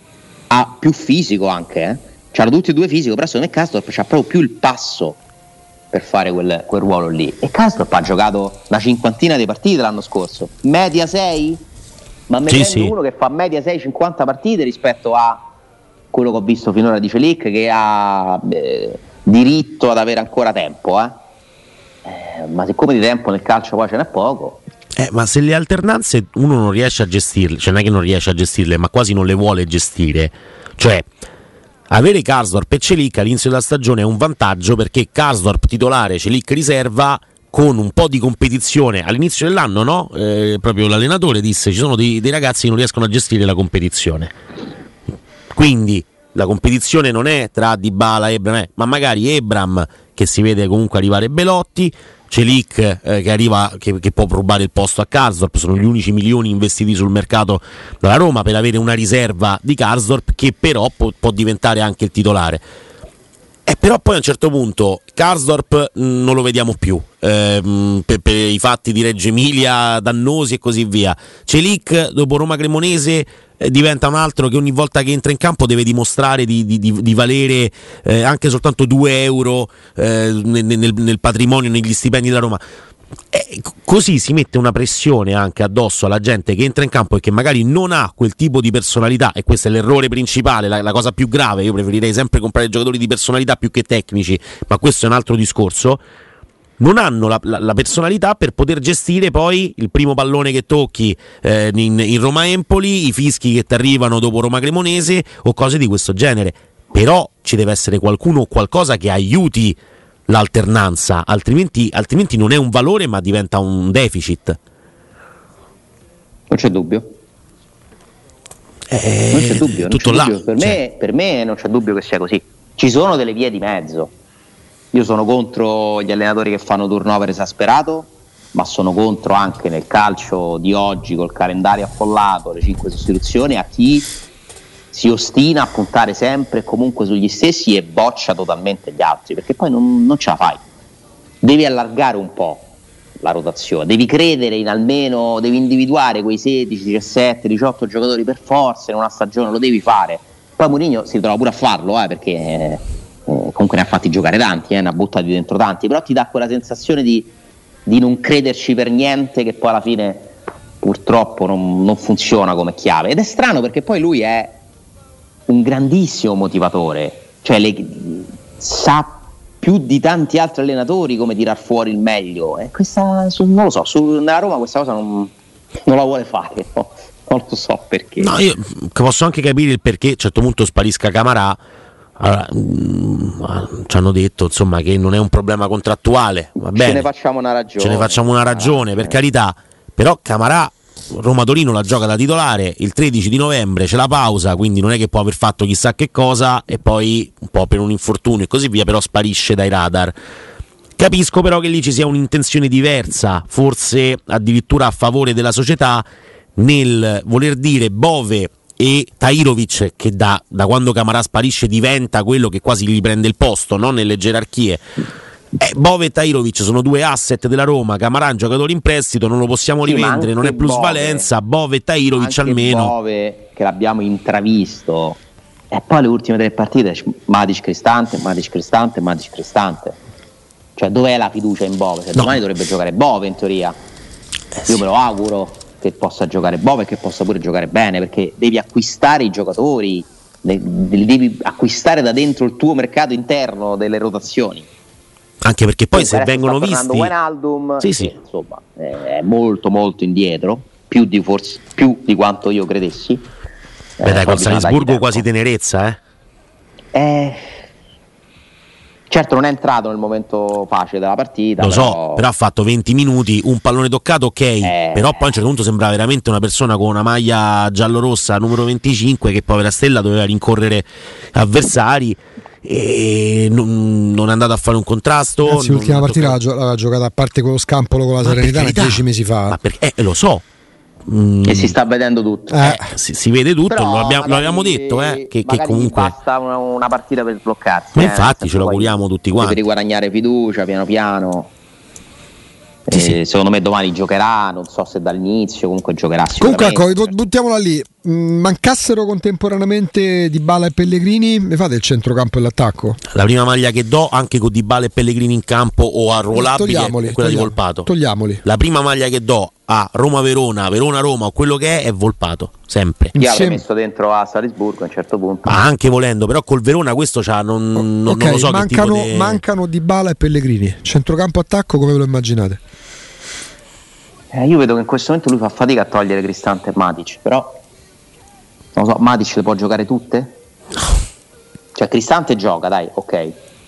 ha più fisico anche, eh? C'hanno tutti e due fisico, però secondo me Karsdorp c'ha proprio più il passo per fare quel, quel ruolo lì. E Karsdorp ha giocato una cinquantina di partite l'anno scorso, media sei, ma me ne sì, prendo sì. uno che fa media sei cinquanta partite rispetto a quello che ho visto finora di Celic, che ha eh, diritto ad avere ancora tempo, eh? Eh, ma siccome di tempo nel calcio poi ce n'è poco. Eh, ma se le alternanze uno non riesce a gestirle, cioè non è che non riesce a gestirle, ma quasi non le vuole gestire, cioè avere Karsdorp e Celic all'inizio della stagione è un vantaggio, perché Karsdorp titolare, Celic riserva, con un po' di competizione all'inizio dell'anno, no? Eh, proprio l'allenatore disse ci sono dei, dei ragazzi che non riescono a gestire la competizione, quindi la competizione non è tra Dybala e Ebram, eh, ma magari Ebram che si vede comunque arrivare Belotti, Celic eh, che arriva, che, che può rubare il posto a Karsdorp. Sono gli unici milioni investiti sul mercato dalla Roma per avere una riserva di Karsdorp che però può, può diventare anche il titolare. E però poi a un certo punto Karsdorp mh, non lo vediamo più eh, mh, per, per i fatti di Reggio Emilia dannosi e così via. Celic dopo Roma Cremonese eh, diventa un altro che ogni volta che entra in campo deve dimostrare di, di, di, di valere eh, anche soltanto due euro eh, nel, nel, nel patrimonio, negli stipendi della Roma. Eh, così si mette una pressione anche addosso alla gente che entra in campo e che magari non ha quel tipo di personalità, e questo è l'errore principale, la, la cosa più grave. Io preferirei sempre comprare giocatori di personalità più che tecnici, ma questo è un altro discorso. Non hanno la, la, la personalità per poter gestire poi il primo pallone che tocchi eh, in, in Roma-Empoli, i fischi che ti arrivano dopo Roma-Cremonese o cose di questo genere. Però ci deve essere qualcuno o qualcosa che aiuti l'alternanza, altrimenti, altrimenti non è un valore ma diventa un deficit. Non c'è dubbio. Eh, non c'è dubbio, non tutto c'è là, dubbio. Per, cioè. me, per me non c'è dubbio che sia così. Ci sono delle vie di mezzo. Io sono contro gli allenatori che fanno turnover esasperato, ma sono contro anche nel calcio di oggi, col calendario affollato, le cinque sostituzioni, a chi si ostina a puntare sempre e comunque sugli stessi e boccia totalmente gli altri, perché poi non, non ce la fai. Devi allargare un po' la rotazione, devi credere in almeno, devi individuare quei sedici, diciassette, diciotto giocatori per forza in una stagione, lo devi fare. Poi Mourinho si trova pure a farlo, eh, perché eh, comunque ne ha fatti giocare tanti, eh, ne ha buttati dentro tanti, però ti dà quella sensazione di, di non crederci per niente, che poi alla fine purtroppo non, non funziona come chiave. Ed è strano perché poi lui è un grandissimo motivatore, cioè le, sa più di tanti altri allenatori come tirar fuori il meglio, e questa, su, non lo so, su, nella Roma questa cosa non, non la vuole fare, no? Non lo so perché. No, io posso anche capire il perché a un certo punto sparisca Camarà. Allora, mh, ci hanno detto insomma che non è un problema contrattuale, va bene, ce ne facciamo una ragione, ce ne facciamo una ragione, per carità, però Camarà Roma-Torino la gioca da titolare il tredici di novembre, c'è la pausa, quindi non è che può aver fatto chissà che cosa, e poi un po' per un infortunio e così via, però sparisce dai radar. Capisco però che lì ci sia un'intenzione diversa, forse addirittura a favore della società, nel voler dire Bove e Tahirovic, che da, da quando Camarà sparisce diventa quello che quasi gli prende il posto, no? Nelle gerarchie. Eh, Bove e Tahirovic sono due asset della Roma, Camarà è un giocatore in prestito, non lo possiamo sì, rivendere, non è plusvalenza. Bove, Bove e Tahirovic almeno. Bove che l'abbiamo intravisto, e poi le ultime tre partite Matic Cristante, Matic Cristante, Matic Cristante. Cioè dov'è la fiducia in Bove? Se no. Domani dovrebbe giocare Bove in teoria. Eh, Io sì. me lo auguro che possa giocare Bove e che possa pure giocare bene, perché devi acquistare i giocatori, devi acquistare da dentro il tuo mercato interno delle rotazioni. Anche perché poi se vengono visti Wijnaldum, sì, sì. insomma è molto molto indietro, più di forse più di quanto io credessi. Beh, dai, col Salisburgo quasi tenerezza, eh? eh certo non è entrato nel momento facile della partita, lo però... so, però ha fatto venti minuti, un pallone toccato, ok, eh... però poi a un certo punto sembrava veramente una persona con una maglia giallorossa numero venticinque che povera stella doveva rincorrere avversari e non, non è andato a fare un contrasto. Ragazzi, l'ultima partita l'aveva giocata, a parte quello scampolo con la ma Serenità, dieci mesi fa. Ma perché? Eh, lo so. Mm. E si sta vedendo tutto. Eh, si, si vede tutto, lo abbiamo, lo abbiamo detto, eh, che, che comunque basta una, una partita per sbloccarsi. Ma eh, infatti ce lo auguriamo tutti quanti. Per riguadagnare fiducia piano piano. Sì, eh, sì. Secondo me domani giocherà, non so se dall'inizio, comunque giocherà sicuramente. Comunque ecco, buttiamola lì. Mancassero contemporaneamente Dybala e Pellegrini, mi fate il centrocampo e l'attacco? La prima maglia che do, anche con Dybala e Pellegrini in campo o arruolabili, è quella togliamo, di Volpato. Togliamoli. La prima maglia che do a Roma-Verona, Verona-Roma o quello che è è Volpato, sempre. Io avrei messo dentro a Salisburgo a un certo punto. Ma anche volendo, però col Verona questo c'ha, non, non, okay, non lo so mancano, che tipo de... mancano Dybala e Pellegrini. Centrocampo attacco come ve lo immaginate? Eh, io vedo che in questo momento lui fa fatica a togliere Cristante e Matic, però non so, Matic le può giocare tutte? Cioè Cristante gioca, dai, ok.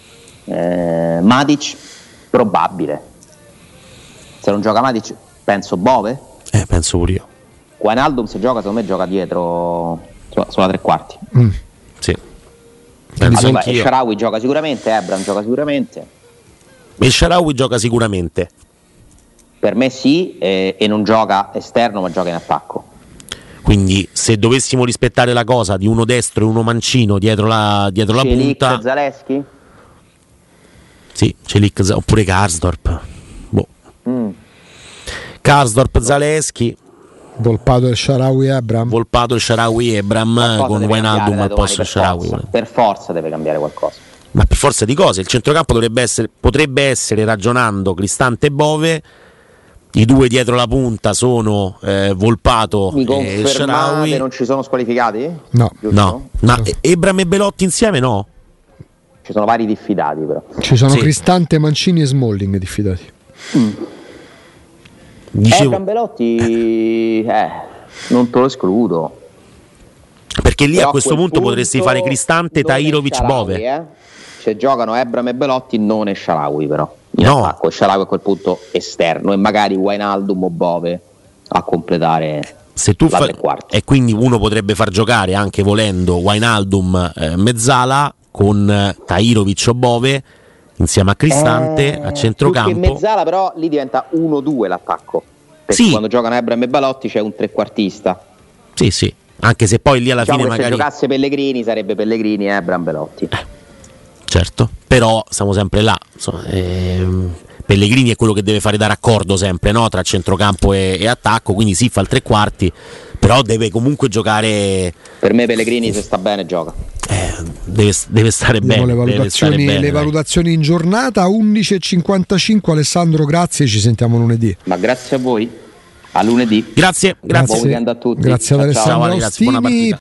Eh, Matic probabile. Se non gioca Matic penso Bove. Eh, penso pure io. Wijnaldum se gioca, secondo me gioca dietro sulla, sulla tre quarti. Mm. Sì. Penso allora, e Shaarawy gioca sicuramente, Ebram gioca sicuramente. E Shaarawy gioca sicuramente. Per me sì, eh, e non gioca esterno ma gioca in attacco. Quindi se dovessimo rispettare la cosa di uno destro e uno mancino dietro la, dietro la punta, Zaleschi? Sì, Celic oppure Karsdorp. Boh. Mm. Karsdorp, Zaleschi, Volpato e Shaarawy Ebram. Volpato e Shaarawy Ebram con Wijnaldum al posto di Shaarawy. Per forza deve cambiare qualcosa. Ma per forza di cose, il centrocampo dovrebbe essere, potrebbe essere, ragionando Cristante e Bove, I due dietro la punta sono eh, Volpato Mi e Shaarawy. Non ci sono squalificati? No, Giusto? no, no. no. Ebram e Belotti insieme no? Ci sono vari diffidati però. Ci sono sì. Cristante, Mancini e Smalling diffidati. Mm. Dicevo... Ebram Belotti eh, non te lo escludo. Perché lì però a questo quel punto, punto potresti fare Cristante, Tahirovic, Bove. Eh? Cioè giocano Ebram e Belotti, non è Shaarawy però. In no. attacco, Shaarawy a quel punto esterno e magari Wijnaldum o Bove a completare. Se tu fa... E quindi uno potrebbe far giocare anche volendo Wijnaldum eh, mezzala con eh, Tahirovic o Bove insieme a Cristante eh, a centrocampo. Più che mezzala però lì diventa uno due l'attacco. Perché sì. quando giocano Ebram e Belotti c'è un trequartista. Sì, sì. Anche se poi lì alla diciamo fine che magari se giocasse Pellegrini sarebbe Pellegrini e Ebram Belotti. Eh, certo, però siamo sempre là. Insomma, ehm... Pellegrini è quello che deve fare da raccordo sempre, no? Tra centrocampo e, e attacco, quindi sì, fa il tre quarti, però deve comunque giocare. Per me Pellegrini se sta bene gioca. Eh, deve, deve stare Vediamo bene. Le valutazioni, deve stare bene, le valutazioni in giornata undici e cinquantacinque. Alessandro, grazie, ci sentiamo lunedì. Ma grazie a voi, a lunedì. Grazie, grazie. Buon weekend a tutti. Grazie ad Alessandro ciao, ciao, Austini.